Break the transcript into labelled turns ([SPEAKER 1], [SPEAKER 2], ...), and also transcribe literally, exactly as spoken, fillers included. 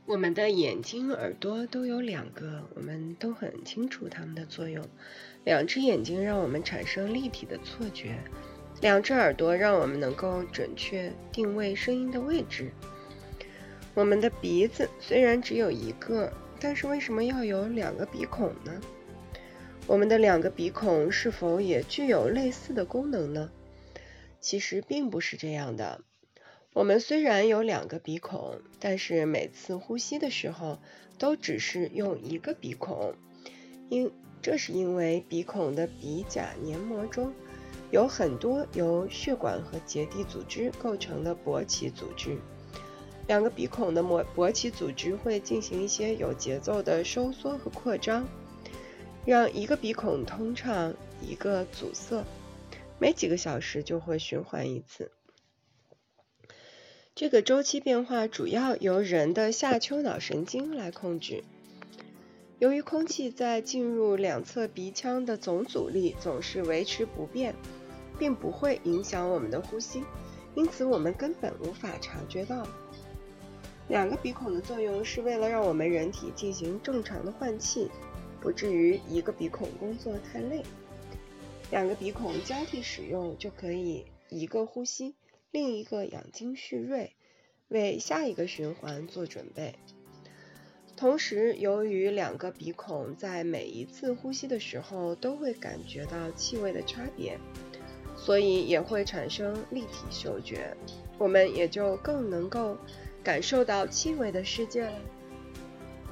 [SPEAKER 1] 我们的眼睛、耳朵都有两个，我们都很清楚它们的作用。两只眼睛让我们产生立体的错觉，两只耳朵让我们能够准确定位声音的位置。我们的鼻子虽然只有一个，但是为什么要有两个鼻孔呢？我们的两个鼻孔是否也具有类似的功能呢？其实并不是这样的。我们虽然有两个鼻孔，但是每次呼吸的时候都只是用一个鼻孔，因这是因为鼻孔的鼻甲黏膜中有很多由血管和结缔组织构成的勃起组织。两个鼻孔的勃起组织会进行一些有节奏的收缩和扩张，让一个鼻孔通畅，一个阻塞，每几个小时就会循环一次。这个周期变化主要由人的下丘脑神经来控制。由于空气在进入两侧鼻腔的总阻力总是维持不变，并不会影响我们的呼吸，因此我们根本无法察觉到。两个鼻孔的作用是为了让我们人体进行正常的换气，不至于一个鼻孔工作太累。两个鼻孔交替使用，就可以一个呼吸，另一个养精蓄锐，为下一个循环做准备。同时，由于两个鼻孔在每一次呼吸的时候都会感觉到气味的差别，所以也会产生立体嗅觉，我们也就更能够感受到气味的世界了。